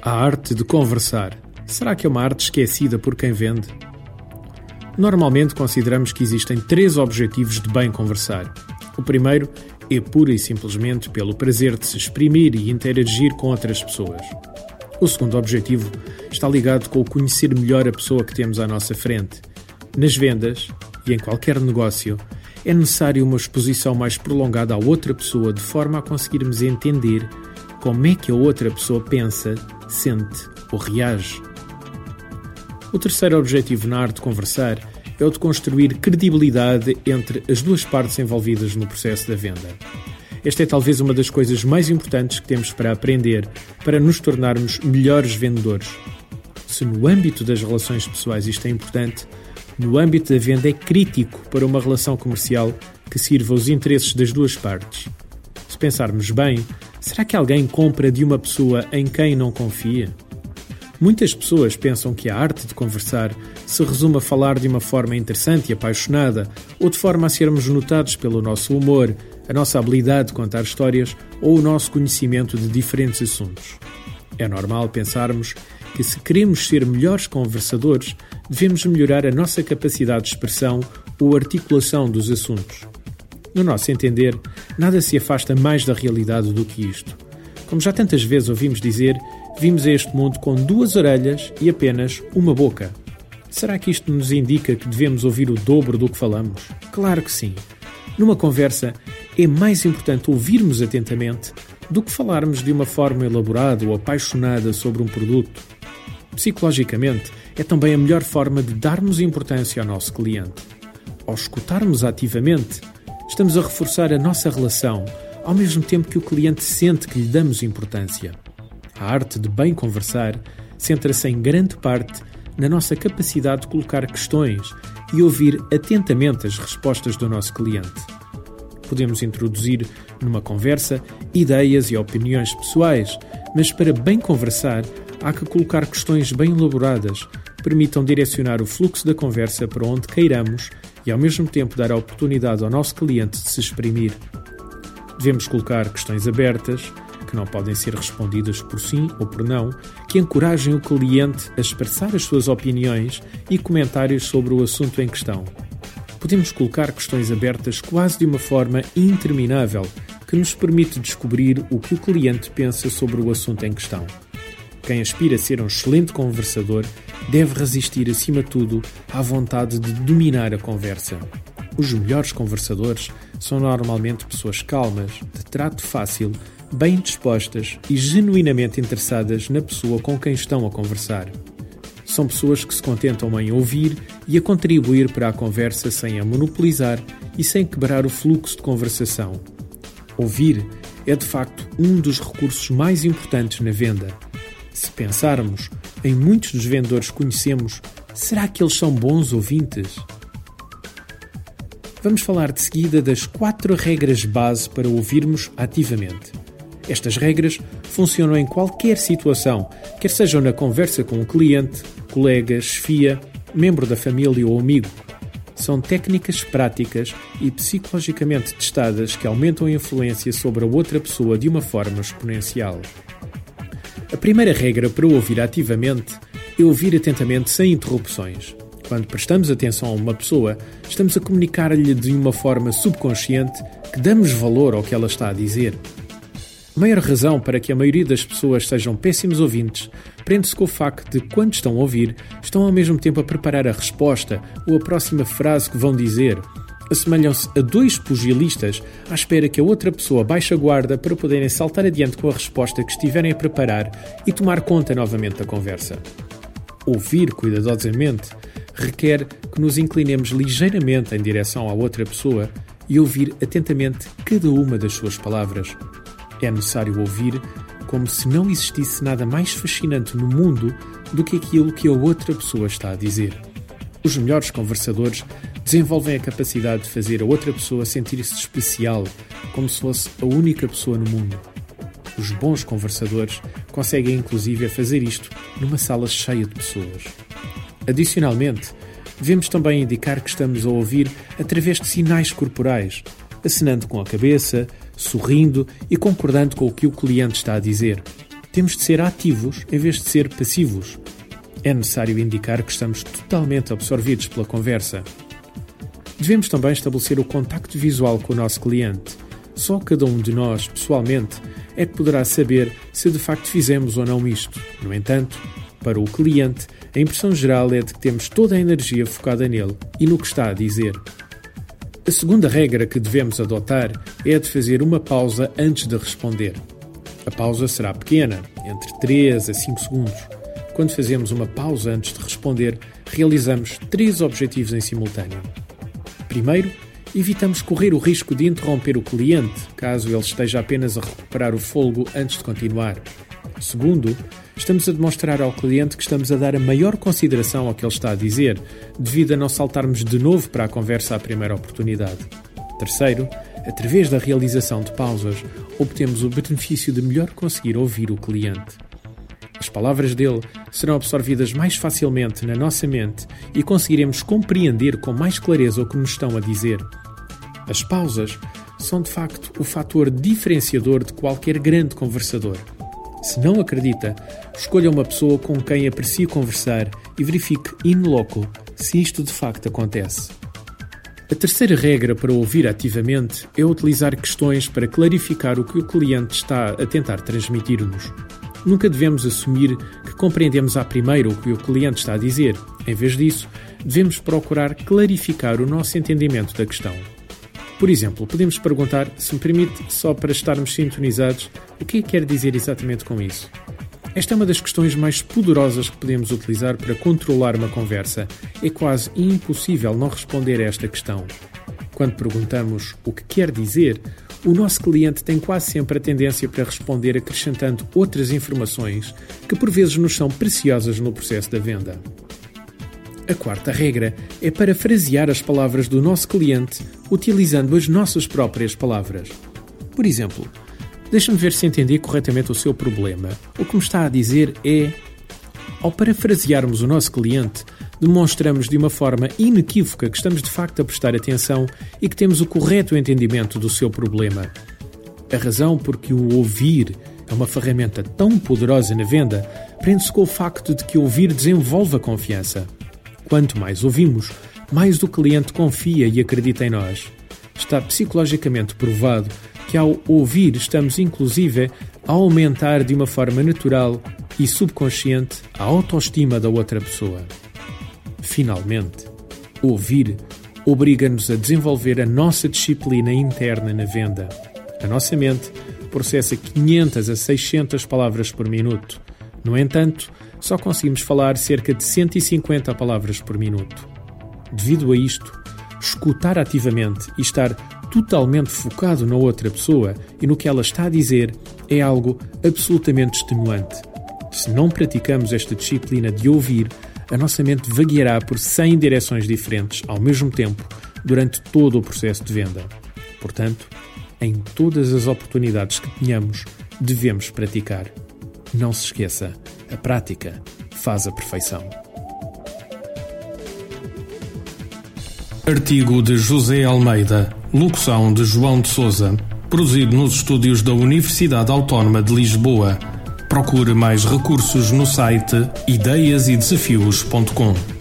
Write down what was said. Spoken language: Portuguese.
A arte de conversar. Será que é uma arte esquecida por quem vende? Normalmente consideramos que existem 3 objetivos de bem conversar. O primeiro é pura e simplesmente pelo prazer de se exprimir e interagir com outras pessoas. O segundo objetivo está ligado com o conhecer melhor a pessoa que temos à nossa frente. Nas vendas e em qualquer negócio, é necessário uma exposição mais prolongada à outra pessoa de forma a conseguirmos entender como é que a outra pessoa pensa, sente ou reage. O terceiro objetivo na arte de conversar é o de construir credibilidade entre as duas partes envolvidas no processo da venda. Esta é talvez uma das coisas mais importantes que temos para aprender para nos tornarmos melhores vendedores. Se no âmbito das relações pessoais isto é importante, no âmbito da venda é crítico para uma relação comercial que sirva os interesses das duas partes. Se pensarmos bem, será que alguém compra de uma pessoa em quem não confia? Muitas pessoas pensam que a arte de conversar se resume a falar de uma forma interessante e apaixonada, ou de forma a sermos notados pelo nosso humor, a nossa habilidade de contar histórias ou o nosso conhecimento de diferentes assuntos. É normal pensarmos que se queremos ser melhores conversadores, devemos melhorar a nossa capacidade de expressão ou articulação dos assuntos. No nosso entender, nada se afasta mais da realidade do que isto. Como já tantas vezes ouvimos dizer, vimos a este mundo com 2 orelhas e apenas uma boca. Será que isto nos indica que devemos ouvir o dobro do que falamos? Claro que sim. Numa conversa, é mais importante ouvirmos atentamente do que falarmos de uma forma elaborada ou apaixonada sobre um produto. Psicologicamente, é também a melhor forma de darmos importância ao nosso cliente. Ao escutarmos ativamente, estamos a reforçar a nossa relação, ao mesmo tempo que o cliente sente que lhe damos importância. A arte de bem conversar centra-se em grande parte na nossa capacidade de colocar questões e ouvir atentamente as respostas do nosso cliente. Podemos introduzir numa conversa ideias e opiniões pessoais, mas para bem conversar há que colocar questões bem elaboradas que permitam direcionar o fluxo da conversa para onde queiramos e ao mesmo tempo dar a oportunidade ao nosso cliente de se exprimir. Devemos colocar questões abertas, que não podem ser respondidas por sim ou por não, que encorajem o cliente a expressar as suas opiniões e comentários sobre o assunto em questão. Podemos colocar questões abertas quase de uma forma interminável, que nos permite descobrir o que o cliente pensa sobre o assunto em questão. Quem aspira a ser um excelente conversador deve resistir, acima de tudo, à vontade de dominar a conversa. Os melhores conversadores são normalmente pessoas calmas, de trato fácil, bem dispostas e genuinamente interessadas na pessoa com quem estão a conversar. São pessoas que se contentam em ouvir e a contribuir para a conversa sem a monopolizar e sem quebrar o fluxo de conversação. Ouvir é, de facto, um dos recursos mais importantes na venda. Se pensarmos em muitos dos vendedores que conhecemos, será que eles são bons ouvintes? Vamos falar de seguida das 4 regras base para ouvirmos ativamente. Estas regras funcionam em qualquer situação, quer sejam na conversa com o cliente, colega, chefia, membro da família ou amigo. São técnicas práticas e psicologicamente testadas que aumentam a influência sobre a outra pessoa de uma forma exponencial. A primeira regra para ouvir ativamente é ouvir atentamente sem interrupções. Quando prestamos atenção a uma pessoa, estamos a comunicar-lhe de uma forma subconsciente que damos valor ao que ela está a dizer. A maior razão para que a maioria das pessoas sejam péssimos ouvintes prende-se com o facto de, quando estão a ouvir, estão ao mesmo tempo a preparar a resposta ou a próxima frase que vão dizer. Assemelham-se a 2 pugilistas à espera que a outra pessoa baixe a guarda para poderem saltar adiante com a resposta que estiverem a preparar e tomar conta novamente da conversa. Ouvir cuidadosamente requer que nos inclinemos ligeiramente em direção à outra pessoa e ouvir atentamente cada uma das suas palavras. É necessário ouvir como se não existisse nada mais fascinante no mundo do que aquilo que a outra pessoa está a dizer. Os melhores conversadores desenvolvem a capacidade de fazer a outra pessoa sentir-se especial, como se fosse a única pessoa no mundo. Os bons conversadores conseguem inclusive fazer isto numa sala cheia de pessoas. Adicionalmente, devemos também indicar que estamos a ouvir através de sinais corporais, acenando com a cabeça, sorrindo e concordando com o que o cliente está a dizer. Temos de ser ativos em vez de ser passivos. É necessário indicar que estamos totalmente absorvidos pela conversa. Devemos também estabelecer o contacto visual com o nosso cliente. Só cada um de nós, pessoalmente, é que poderá saber se de facto fizemos ou não isto. No entanto, para o cliente, a impressão geral é de que temos toda a energia focada nele e no que está a dizer. A segunda regra que devemos adotar é a de fazer uma pausa antes de responder. A pausa será pequena, entre 3 a 5 segundos. Quando fazemos uma pausa antes de responder, realizamos 3 objetivos em simultâneo. Primeiro, evitamos correr o risco de interromper o cliente, caso ele esteja apenas a recuperar o fôlego antes de continuar. Segundo, estamos a demonstrar ao cliente que estamos a dar a maior consideração ao que ele está a dizer, devido a não saltarmos de novo para a conversa à primeira oportunidade. Terceiro, através da realização de pausas, obtemos o benefício de melhor conseguir ouvir o cliente. As palavras dele serão absorvidas mais facilmente na nossa mente e conseguiremos compreender com mais clareza o que nos estão a dizer. As pausas são, de facto, o fator diferenciador de qualquer grande conversador. Se não acredita, escolha uma pessoa com quem aprecie conversar e verifique in loco se isto de facto acontece. A terceira regra para ouvir ativamente é utilizar questões para clarificar o que o cliente está a tentar transmitir-nos. Nunca devemos assumir que compreendemos à primeira o que o cliente está a dizer. Em vez disso, devemos procurar clarificar o nosso entendimento da questão. Por exemplo, podemos perguntar, se me permite, só para estarmos sintonizados, o que quer dizer exatamente com isso? Esta é uma das questões mais poderosas que podemos utilizar para controlar uma conversa. É quase impossível não responder a esta questão. Quando perguntamos o que quer dizer, o nosso cliente tem quase sempre a tendência para responder acrescentando outras informações que por vezes nos são preciosas no processo da venda. A quarta regra é parafrasear as palavras do nosso cliente utilizando as nossas próprias palavras. Por exemplo, deixa-me ver se entendi corretamente o seu problema. O que me está a dizer é: ao parafrasearmos o nosso cliente, demonstramos de uma forma inequívoca que estamos de facto a prestar atenção e que temos o correto entendimento do seu problema. A razão por que o ouvir é uma ferramenta tão poderosa na venda prende-se com o facto de que ouvir desenvolve a confiança. Quanto mais ouvimos, mais o cliente confia e acredita em nós. Está psicologicamente provado que ao ouvir estamos inclusive a aumentar de uma forma natural e subconsciente a autoestima da outra pessoa. Finalmente, ouvir obriga-nos a desenvolver a nossa disciplina interna na venda. A nossa mente processa 500 a 600 palavras por minuto. No entanto, só conseguimos falar cerca de 150 palavras por minuto. Devido a isto, escutar ativamente e estar totalmente focado na outra pessoa e no que ela está a dizer é algo absolutamente extenuante. Se não praticamos esta disciplina de ouvir, a nossa mente vagueará por 100 direções diferentes ao mesmo tempo durante todo o processo de venda. Portanto, em todas as oportunidades que tenhamos, devemos praticar. Não se esqueça, a prática faz a perfeição. Artigo de José Almeida, locução de João de Sousa, produzido nos estúdios da Universidade Autónoma de Lisboa. Procure mais recursos no site ideiasedesafios.com.